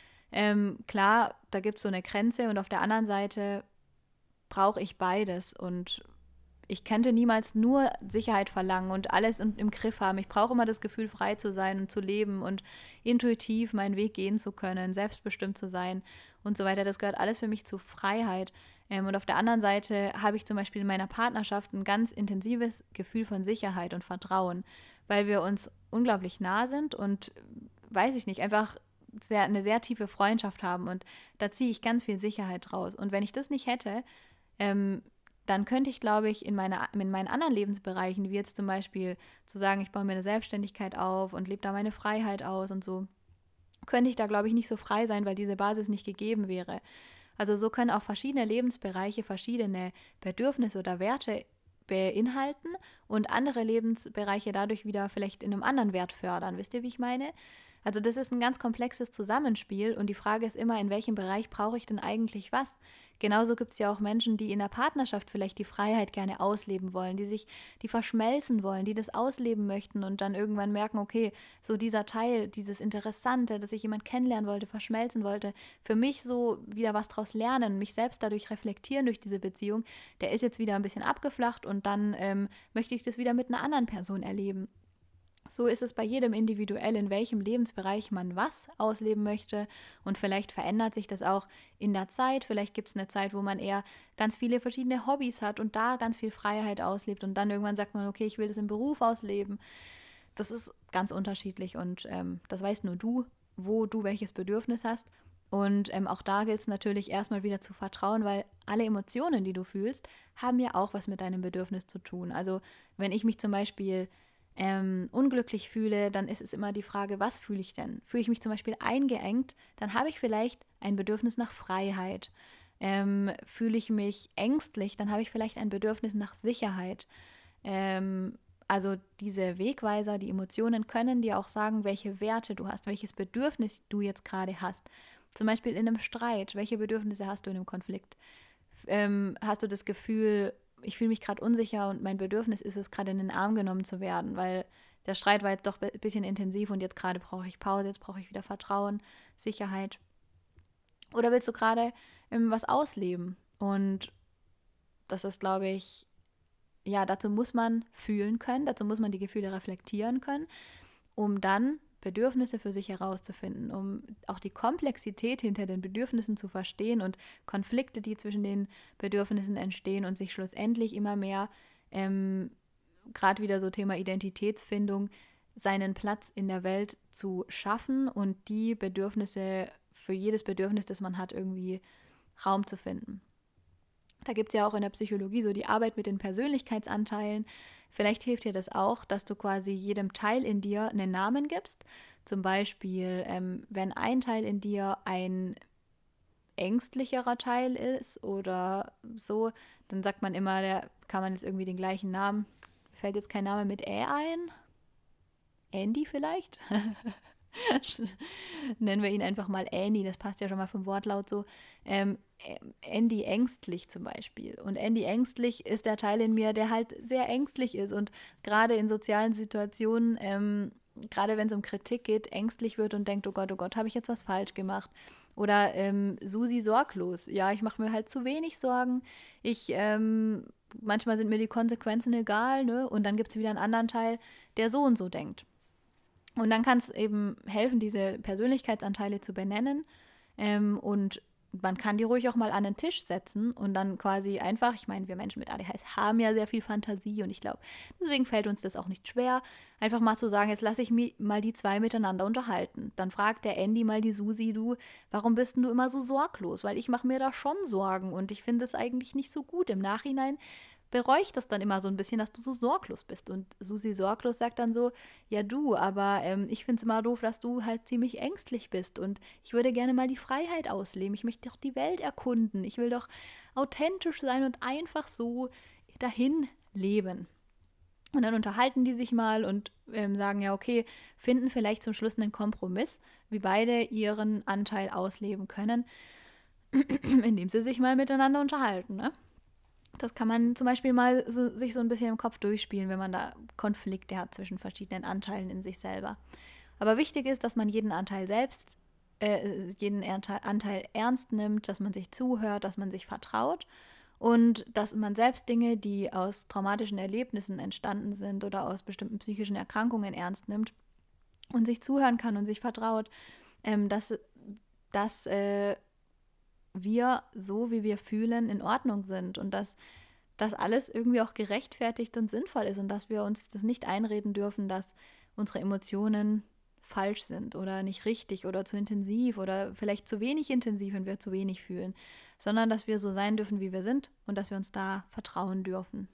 Ähm, klar, da gibt es so eine Grenze und auf der anderen Seite brauche ich beides und ich könnte niemals nur Sicherheit verlangen und alles im, im Griff haben. Ich brauche immer das Gefühl, frei zu sein und zu leben und intuitiv meinen Weg gehen zu können, selbstbestimmt zu sein und so weiter. Das gehört alles für mich zu Freiheit. Ähm, und auf der anderen Seite habe ich zum Beispiel in meiner Partnerschaft ein ganz intensives Gefühl von Sicherheit und Vertrauen, weil wir uns unglaublich nah sind und, weiß ich nicht, einfach sehr, eine sehr tiefe Freundschaft haben. Und da ziehe ich ganz viel Sicherheit raus. Und wenn ich das nicht hätte, ähm, dann könnte ich, glaube ich, in, meine, in meinen anderen Lebensbereichen, wie jetzt zum Beispiel zu sagen, ich baue mir eine Selbstständigkeit auf und lebe da meine Freiheit aus und so, könnte ich da, glaube ich, nicht so frei sein, weil diese Basis nicht gegeben wäre. Also so können auch verschiedene Lebensbereiche verschiedene Bedürfnisse oder Werte beinhalten und andere Lebensbereiche dadurch wieder vielleicht in einem anderen Wert fördern. Wisst ihr, wie ich meine? Also das ist ein ganz komplexes Zusammenspiel und die Frage ist immer, in welchem Bereich brauche ich denn eigentlich was? Genauso gibt es ja auch Menschen, die in der Partnerschaft vielleicht die Freiheit gerne ausleben wollen, die sich, die verschmelzen wollen, die das ausleben möchten und dann irgendwann merken, okay, so dieser Teil, dieses Interessante, dass ich jemand kennenlernen wollte, verschmelzen wollte, für mich so wieder was draus lernen, mich selbst dadurch reflektieren durch diese Beziehung, der ist jetzt wieder ein bisschen abgeflacht und dann ähm, möchte ich das wieder mit einer anderen Person erleben. So ist es bei jedem individuell, in welchem Lebensbereich man was ausleben möchte und vielleicht verändert sich das auch in der Zeit. Vielleicht gibt es eine Zeit, wo man eher ganz viele verschiedene Hobbys hat und da ganz viel Freiheit auslebt und dann irgendwann sagt man, okay, ich will das im Beruf ausleben. Das ist ganz unterschiedlich und ähm, das weißt nur du, wo du welches Bedürfnis hast. Und ähm, auch da gilt es natürlich erstmal wieder zu vertrauen, weil alle Emotionen, die du fühlst, haben ja auch was mit deinem Bedürfnis zu tun. Also wenn ich mich zum Beispiel ähm, unglücklich fühle, dann ist es immer die Frage, was fühle ich denn? Fühle ich mich zum Beispiel eingeengt, dann habe ich vielleicht ein Bedürfnis nach Freiheit. Ähm, fühle ich mich ängstlich, dann habe ich vielleicht ein Bedürfnis nach Sicherheit. Ähm, also diese Wegweiser, die Emotionen können dir auch sagen, welche Werte du hast, welches Bedürfnis du jetzt gerade hast. Zum Beispiel in einem Streit, welche Bedürfnisse hast du in einem Konflikt? ähm, hast du das Gefühl, ich fühle mich gerade unsicher und mein Bedürfnis ist es, gerade in den Arm genommen zu werden, weil der Streit war jetzt doch ein bisschen intensiv und jetzt gerade brauche ich Pause, jetzt brauche ich wieder Vertrauen, Sicherheit. Oder willst du gerade ähm, was ausleben? Und das ist, glaube ich, ja, dazu muss man fühlen können, dazu muss man die Gefühle reflektieren können, um dann Bedürfnisse für sich herauszufinden, um auch die Komplexität hinter den Bedürfnissen zu verstehen und Konflikte, die zwischen den Bedürfnissen entstehen und sich schlussendlich immer mehr, ähm, gerade wieder so Thema Identitätsfindung, seinen Platz in der Welt zu schaffen und die Bedürfnisse, für jedes Bedürfnis, das man hat, irgendwie Raum zu finden. Da gibt es ja auch in der Psychologie so die Arbeit mit den Persönlichkeitsanteilen. Vielleicht hilft dir das auch, dass du quasi jedem Teil in dir einen Namen gibst. Zum Beispiel, ähm, wenn ein Teil in dir ein ängstlicherer Teil ist oder so, dann sagt man immer, der kann man jetzt irgendwie den gleichen Namen, fällt jetzt kein Name mit Ä ein? Andy vielleicht? Nennen wir ihn einfach mal Andy, das passt ja schon mal vom Wortlaut so. Ähm, Andy ängstlich zum Beispiel. Und Andy ängstlich ist der Teil in mir, der halt sehr ängstlich ist und gerade in sozialen Situationen, ähm, gerade wenn es um Kritik geht, ängstlich wird und denkt, oh Gott, oh Gott, habe ich jetzt was falsch gemacht? Oder ähm, Susi sorglos. Ja, ich mache mir halt zu wenig Sorgen. Ich, ähm, manchmal sind mir die Konsequenzen egal, ne? Und dann gibt es wieder einen anderen Teil, der so und so denkt. Und dann kann es eben helfen, diese Persönlichkeitsanteile zu benennen. Ähm, und man kann die ruhig auch mal an den Tisch setzen und dann quasi einfach, ich meine, wir Menschen mit A D H S haben ja sehr viel Fantasie und ich glaube, deswegen fällt uns das auch nicht schwer, einfach mal zu sagen, jetzt lasse ich mich mal die zwei miteinander unterhalten. Dann fragt der Andy mal die Susi, du, warum bist denn du immer so sorglos? Weil ich mache mir da schon Sorgen und ich finde es eigentlich nicht so gut. Im Nachhinein bereue ich das dann immer so ein bisschen, dass du so sorglos bist. Und Susi sorglos sagt dann so, ja du, aber ähm, ich finde es immer doof, dass du halt ziemlich ängstlich bist und ich würde gerne mal die Freiheit ausleben. Ich möchte doch die Welt erkunden. Ich will doch authentisch sein und einfach so dahin leben. Und dann unterhalten die sich mal und ähm, sagen, ja, okay, finden vielleicht zum Schluss einen Kompromiss, wie beide ihren Anteil ausleben können, indem sie sich mal miteinander unterhalten, ne? Das kann man zum Beispiel mal so, sich so ein bisschen im Kopf durchspielen, wenn man da Konflikte hat zwischen verschiedenen Anteilen in sich selber. Aber wichtig ist, dass man jeden Anteil selbst, äh, jeden Anteil ernst nimmt, dass man sich zuhört, dass man sich vertraut und dass man selbst Dinge, die aus traumatischen Erlebnissen entstanden sind oder aus bestimmten psychischen Erkrankungen ernst nimmt und sich zuhören kann und sich vertraut, ähm, dass, dass äh, wir so, wie wir fühlen, in Ordnung sind und dass das alles irgendwie auch gerechtfertigt und sinnvoll ist und dass wir uns das nicht einreden dürfen, dass unsere Emotionen falsch sind oder nicht richtig oder zu intensiv oder vielleicht zu wenig intensiv, wenn wir zu wenig fühlen, sondern dass wir so sein dürfen, wie wir sind und dass wir uns da vertrauen dürfen.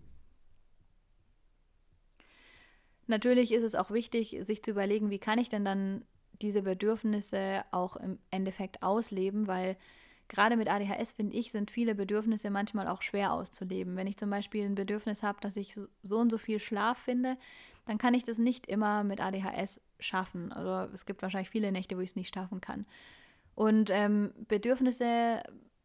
Natürlich ist es auch wichtig, sich zu überlegen, wie kann ich denn dann diese Bedürfnisse auch im Endeffekt ausleben, weil gerade mit A D H S, finde ich, sind viele Bedürfnisse manchmal auch schwer auszuleben. Wenn ich zum Beispiel ein Bedürfnis habe, dass ich so und so viel Schlaf finde, dann kann ich das nicht immer mit A D H S schaffen. Also es gibt wahrscheinlich viele Nächte, wo ich es nicht schaffen kann. Und ähm, Bedürfnisse,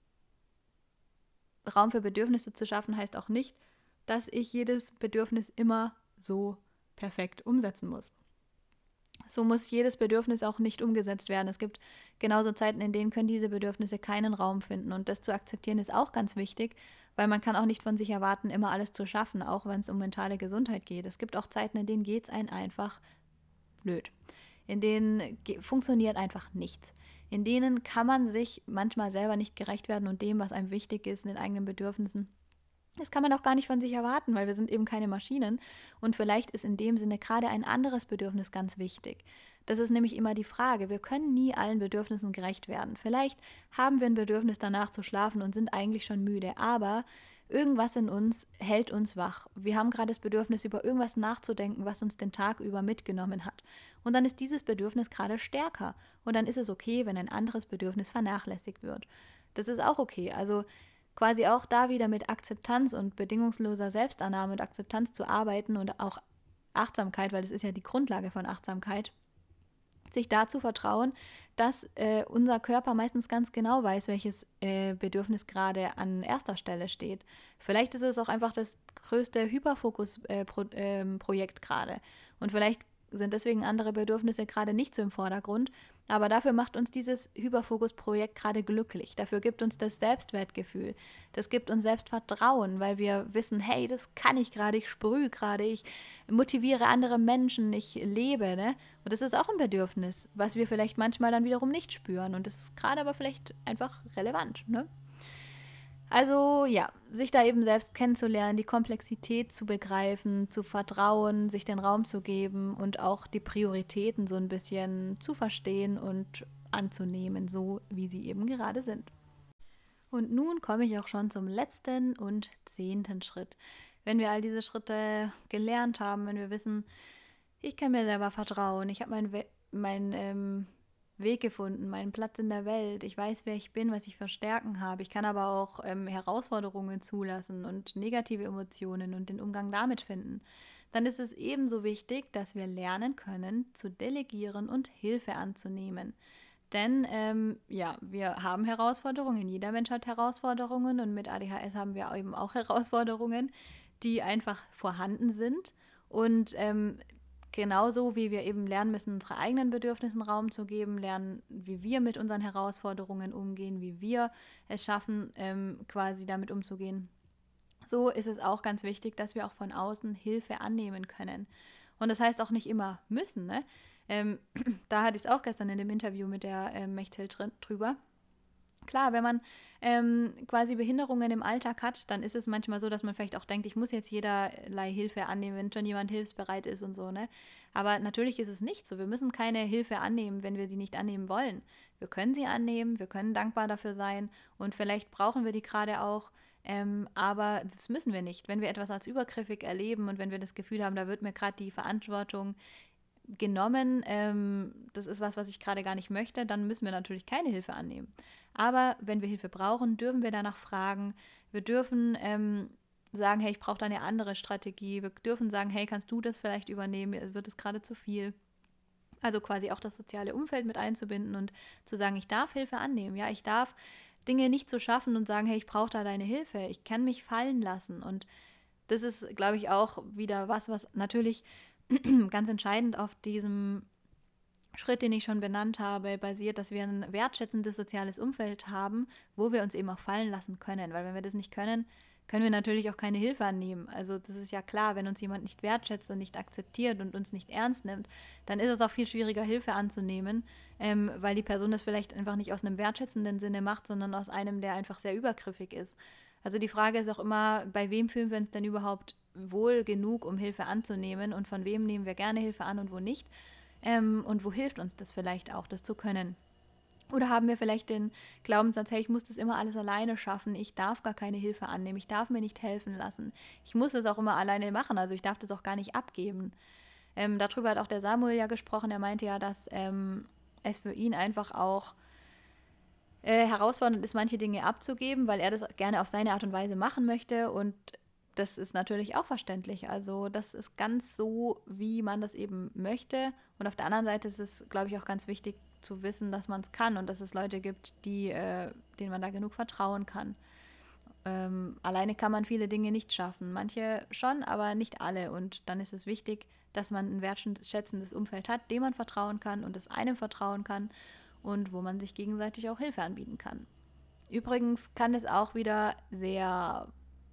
Raum für Bedürfnisse zu schaffen, heißt auch nicht, dass ich jedes Bedürfnis immer so perfekt umsetzen muss. So muss jedes Bedürfnis auch nicht umgesetzt werden. Es gibt genauso Zeiten, in denen können diese Bedürfnisse keinen Raum finden. Und das zu akzeptieren ist auch ganz wichtig, weil man kann auch nicht von sich erwarten, immer alles zu schaffen, auch wenn es um mentale Gesundheit geht. Es gibt auch Zeiten, in denen geht es einem einfach blöd. In denen funktioniert einfach nichts. In denen kann man sich manchmal selber nicht gerecht werden und dem, was einem wichtig ist, in den eigenen Bedürfnissen. Das kann man auch gar nicht von sich erwarten, weil wir sind eben keine Maschinen und vielleicht ist in dem Sinne gerade ein anderes Bedürfnis ganz wichtig. Das ist nämlich immer die Frage, wir können nie allen Bedürfnissen gerecht werden. Vielleicht haben wir ein Bedürfnis danach zu schlafen und sind eigentlich schon müde, aber irgendwas in uns hält uns wach. Wir haben gerade das Bedürfnis, über irgendwas nachzudenken, was uns den Tag über mitgenommen hat. Und dann ist dieses Bedürfnis gerade stärker und dann ist es okay, wenn ein anderes Bedürfnis vernachlässigt wird. Das ist auch okay, also quasi auch da wieder mit Akzeptanz und bedingungsloser Selbstannahme und Akzeptanz zu arbeiten und auch Achtsamkeit, weil das ist ja die Grundlage von Achtsamkeit, sich dazu vertrauen, dass äh, unser Körper meistens ganz genau weiß, welches äh, Bedürfnis gerade an erster Stelle steht. Vielleicht ist es auch einfach das größte Hyperfokus-Projekt äh, Pro, ähm, gerade. Und vielleicht sind deswegen andere Bedürfnisse gerade nicht so im Vordergrund. Aber dafür macht uns dieses Hyperfokus-Projekt gerade glücklich. Dafür gibt uns das Selbstwertgefühl. Das gibt uns Selbstvertrauen, weil wir wissen, hey, das kann ich gerade, ich sprühe gerade, ich motiviere andere Menschen, ich lebe. Ne? Und das ist auch ein Bedürfnis, was wir vielleicht manchmal dann wiederum nicht spüren. Und das ist gerade aber vielleicht einfach relevant. Ne? Also ja, sich da eben selbst kennenzulernen, die Komplexität zu begreifen, zu vertrauen, sich den Raum zu geben und auch die Prioritäten so ein bisschen zu verstehen und anzunehmen, so wie sie eben gerade sind. Und nun komme ich auch schon zum letzten und zehnten Schritt. Wenn wir all diese Schritte gelernt haben, wenn wir wissen, ich kann mir selber vertrauen, ich habe mein, We mein ähm, Weg gefunden, meinen Platz in der Welt. Ich weiß, wer ich bin, was ich für Stärken habe. Ich kann aber auch ähm, Herausforderungen zulassen und negative Emotionen und den Umgang damit finden. Dann ist es ebenso wichtig, dass wir lernen können, zu delegieren und Hilfe anzunehmen. Denn ähm, ja, wir haben Herausforderungen, jeder Mensch hat Herausforderungen und mit A D H S haben wir eben auch Herausforderungen, die einfach vorhanden sind. Und ähm, genauso wie wir eben lernen müssen, unsere eigenen Bedürfnissen Raum zu geben, lernen, wie wir mit unseren Herausforderungen umgehen, wie wir es schaffen, ähm, quasi damit umzugehen. So ist es auch ganz wichtig, dass wir auch von außen Hilfe annehmen können. Und das heißt auch nicht immer müssen. Ne? Ähm, da hatte ich es auch gestern in dem Interview mit der äh, Mechthild drüber. Klar, wenn man ähm, quasi Behinderungen im Alltag hat, dann ist es manchmal so, dass man vielleicht auch denkt, ich muss jetzt jederlei Hilfe annehmen, wenn schon jemand hilfsbereit ist und so, ne? Aber natürlich ist es nicht so. Wir müssen keine Hilfe annehmen, wenn wir sie nicht annehmen wollen. Wir können sie annehmen, wir können dankbar dafür sein und vielleicht brauchen wir die gerade auch, ähm, aber das müssen wir nicht. Wenn wir etwas als übergriffig erleben und wenn wir das Gefühl haben, da wird mir gerade die Verantwortung genommen, ähm, das ist was, was ich gerade gar nicht möchte, dann müssen wir natürlich keine Hilfe annehmen. Aber wenn wir Hilfe brauchen, dürfen wir danach fragen. Wir dürfen ähm, sagen, hey, ich brauche da eine andere Strategie. Wir dürfen sagen, hey, kannst du das vielleicht übernehmen? Wird es gerade zu viel? Also quasi auch das soziale Umfeld mit einzubinden und zu sagen, ich darf Hilfe annehmen. Ja, ich darf Dinge nicht so schaffen und sagen, hey, ich brauche da deine Hilfe. Ich kann mich fallen lassen. Und das ist, glaube ich, auch wieder was, was natürlich ganz entscheidend auf diesem Schritt, den ich schon benannt habe, basiert, dass wir ein wertschätzendes soziales Umfeld haben, wo wir uns eben auch fallen lassen können. Weil wenn wir das nicht können, können wir natürlich auch keine Hilfe annehmen. Also das ist ja klar, wenn uns jemand nicht wertschätzt und nicht akzeptiert und uns nicht ernst nimmt, dann ist es auch viel schwieriger, Hilfe anzunehmen, ähm, weil die Person das vielleicht einfach nicht aus einem wertschätzenden Sinne macht, sondern aus einem, der einfach sehr übergriffig ist. Also die Frage ist auch immer, bei wem fühlen wir uns denn überhaupt wohl genug, um Hilfe anzunehmen und von wem nehmen wir gerne Hilfe an und wo nicht? Ähm, und wo hilft uns das vielleicht auch, das zu können? Oder haben wir vielleicht den Glaubenssatz, hey, ich muss das immer alles alleine schaffen, ich darf gar keine Hilfe annehmen, ich darf mir nicht helfen lassen, ich muss es auch immer alleine machen, also ich darf das auch gar nicht abgeben. Ähm, darüber hat auch der Samuel ja gesprochen, er meinte ja, dass ähm, es für ihn einfach auch äh, herausfordernd ist, manche Dinge abzugeben, weil er das gerne auf seine Art und Weise machen möchte und das ist natürlich auch verständlich. Also das ist ganz so, wie man das eben möchte. Und auf der anderen Seite ist es, glaube ich, auch ganz wichtig zu wissen, dass man es kann und dass es Leute gibt, die, äh, denen man da genug vertrauen kann. Ähm, alleine kann man viele Dinge nicht schaffen. Manche schon, aber nicht alle. Und dann ist es wichtig, dass man ein wertschätzendes Umfeld hat, dem man vertrauen kann und das einem vertrauen kann und wo man sich gegenseitig auch Hilfe anbieten kann. Übrigens kann es auch wieder sehr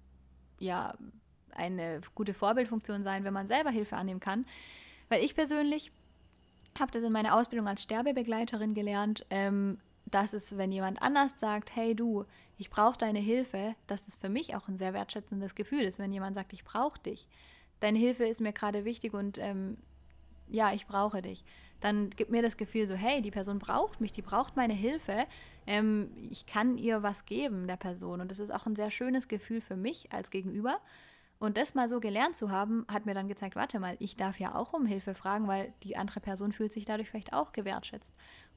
ja, eine gute Vorbildfunktion sein, wenn man selber Hilfe annehmen kann. Weil ich persönlich habe das in meiner Ausbildung als Sterbebegleiterin gelernt, ähm, dass es, wenn jemand anders sagt, hey du, ich brauche deine Hilfe, dass das für mich auch ein sehr wertschätzendes Gefühl ist, wenn jemand sagt, ich brauche dich. Deine Hilfe ist mir gerade wichtig und ähm, ja, ich brauche dich. Dann gibt mir das Gefühl so, hey, die Person braucht mich, die braucht meine Hilfe. Ähm, ich kann ihr was geben, der Person. Und das ist auch ein sehr schönes Gefühl für mich als Gegenüber. Und das mal so gelernt zu haben, hat mir dann gezeigt, warte mal, ich darf ja auch um Hilfe fragen, weil die andere Person fühlt sich dadurch vielleicht auch gewertschätzt.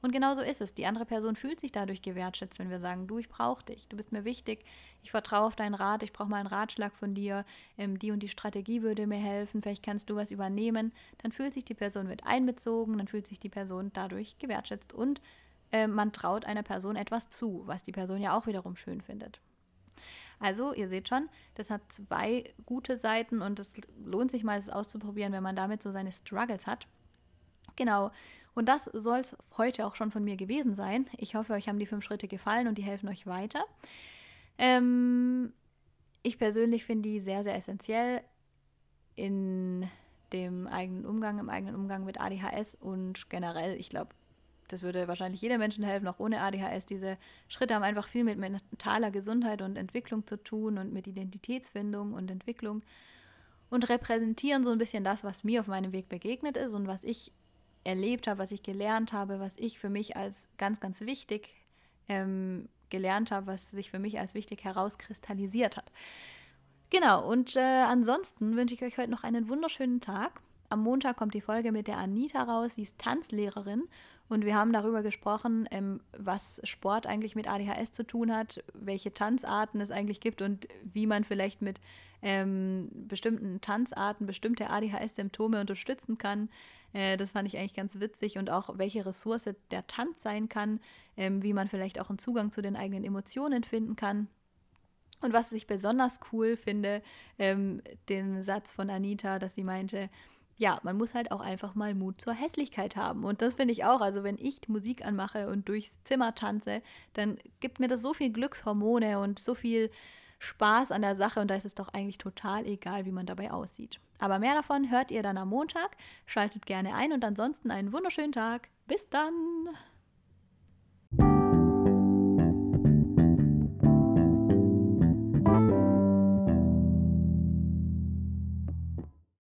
Und genau so ist es. Die andere Person fühlt sich dadurch gewertschätzt, wenn wir sagen, du, ich brauche dich, du bist mir wichtig, ich vertraue auf deinen Rat, ich brauche mal einen Ratschlag von dir, ähm, die und die Strategie würde mir helfen, vielleicht kannst du was übernehmen. Dann fühlt sich die Person mit einbezogen, dann fühlt sich die Person dadurch gewertschätzt und äh, man traut einer Person etwas zu, was die Person ja auch wiederum schön findet. Also, ihr seht schon, das hat zwei gute Seiten und es lohnt sich mal, es auszuprobieren, wenn man damit so seine Struggles hat. Genau. Und das soll es heute auch schon von mir gewesen sein. Ich hoffe, euch haben die fünf Schritte gefallen und die helfen euch weiter. Ähm, ich persönlich finde die sehr, sehr essentiell in dem eigenen Umgang, im eigenen Umgang mit A D H S und generell, ich glaube, das würde wahrscheinlich jedem Menschen helfen, auch ohne A D H S. Diese Schritte haben einfach viel mit mentaler Gesundheit und Entwicklung zu tun und mit Identitätsfindung und Entwicklung und repräsentieren so ein bisschen das, was mir auf meinem Weg begegnet ist und was ich erlebt habe, was ich gelernt habe, was ich für mich als ganz, ganz wichtig ähm, gelernt habe, was sich für mich als wichtig herauskristallisiert hat. Genau, und äh, ansonsten wünsche ich euch heute noch einen wunderschönen Tag. Am Montag kommt die Folge mit der Anita raus, sie ist Tanzlehrerin und wir haben darüber gesprochen, ähm, was Sport eigentlich mit A D H S zu tun hat, welche Tanzarten es eigentlich gibt und wie man vielleicht mit ähm, bestimmten Tanzarten bestimmte A D H S-Symptome unterstützen kann. Äh, das fand ich eigentlich ganz witzig und auch welche Ressource der Tanz sein kann, ähm, wie man vielleicht auch einen Zugang zu den eigenen Emotionen finden kann. Und was ich besonders cool finde, ähm, den Satz von Anita, dass sie meinte, ja, man muss halt auch einfach mal Mut zur Hässlichkeit haben. Und das finde ich auch. Also wenn ich die Musik anmache und durchs Zimmer tanze, dann gibt mir das so viel Glückshormone und so viel Spaß an der Sache. Und da ist es doch eigentlich total egal, wie man dabei aussieht. Aber mehr davon hört ihr dann am Montag. Schaltet gerne ein und ansonsten einen wunderschönen Tag. Bis dann!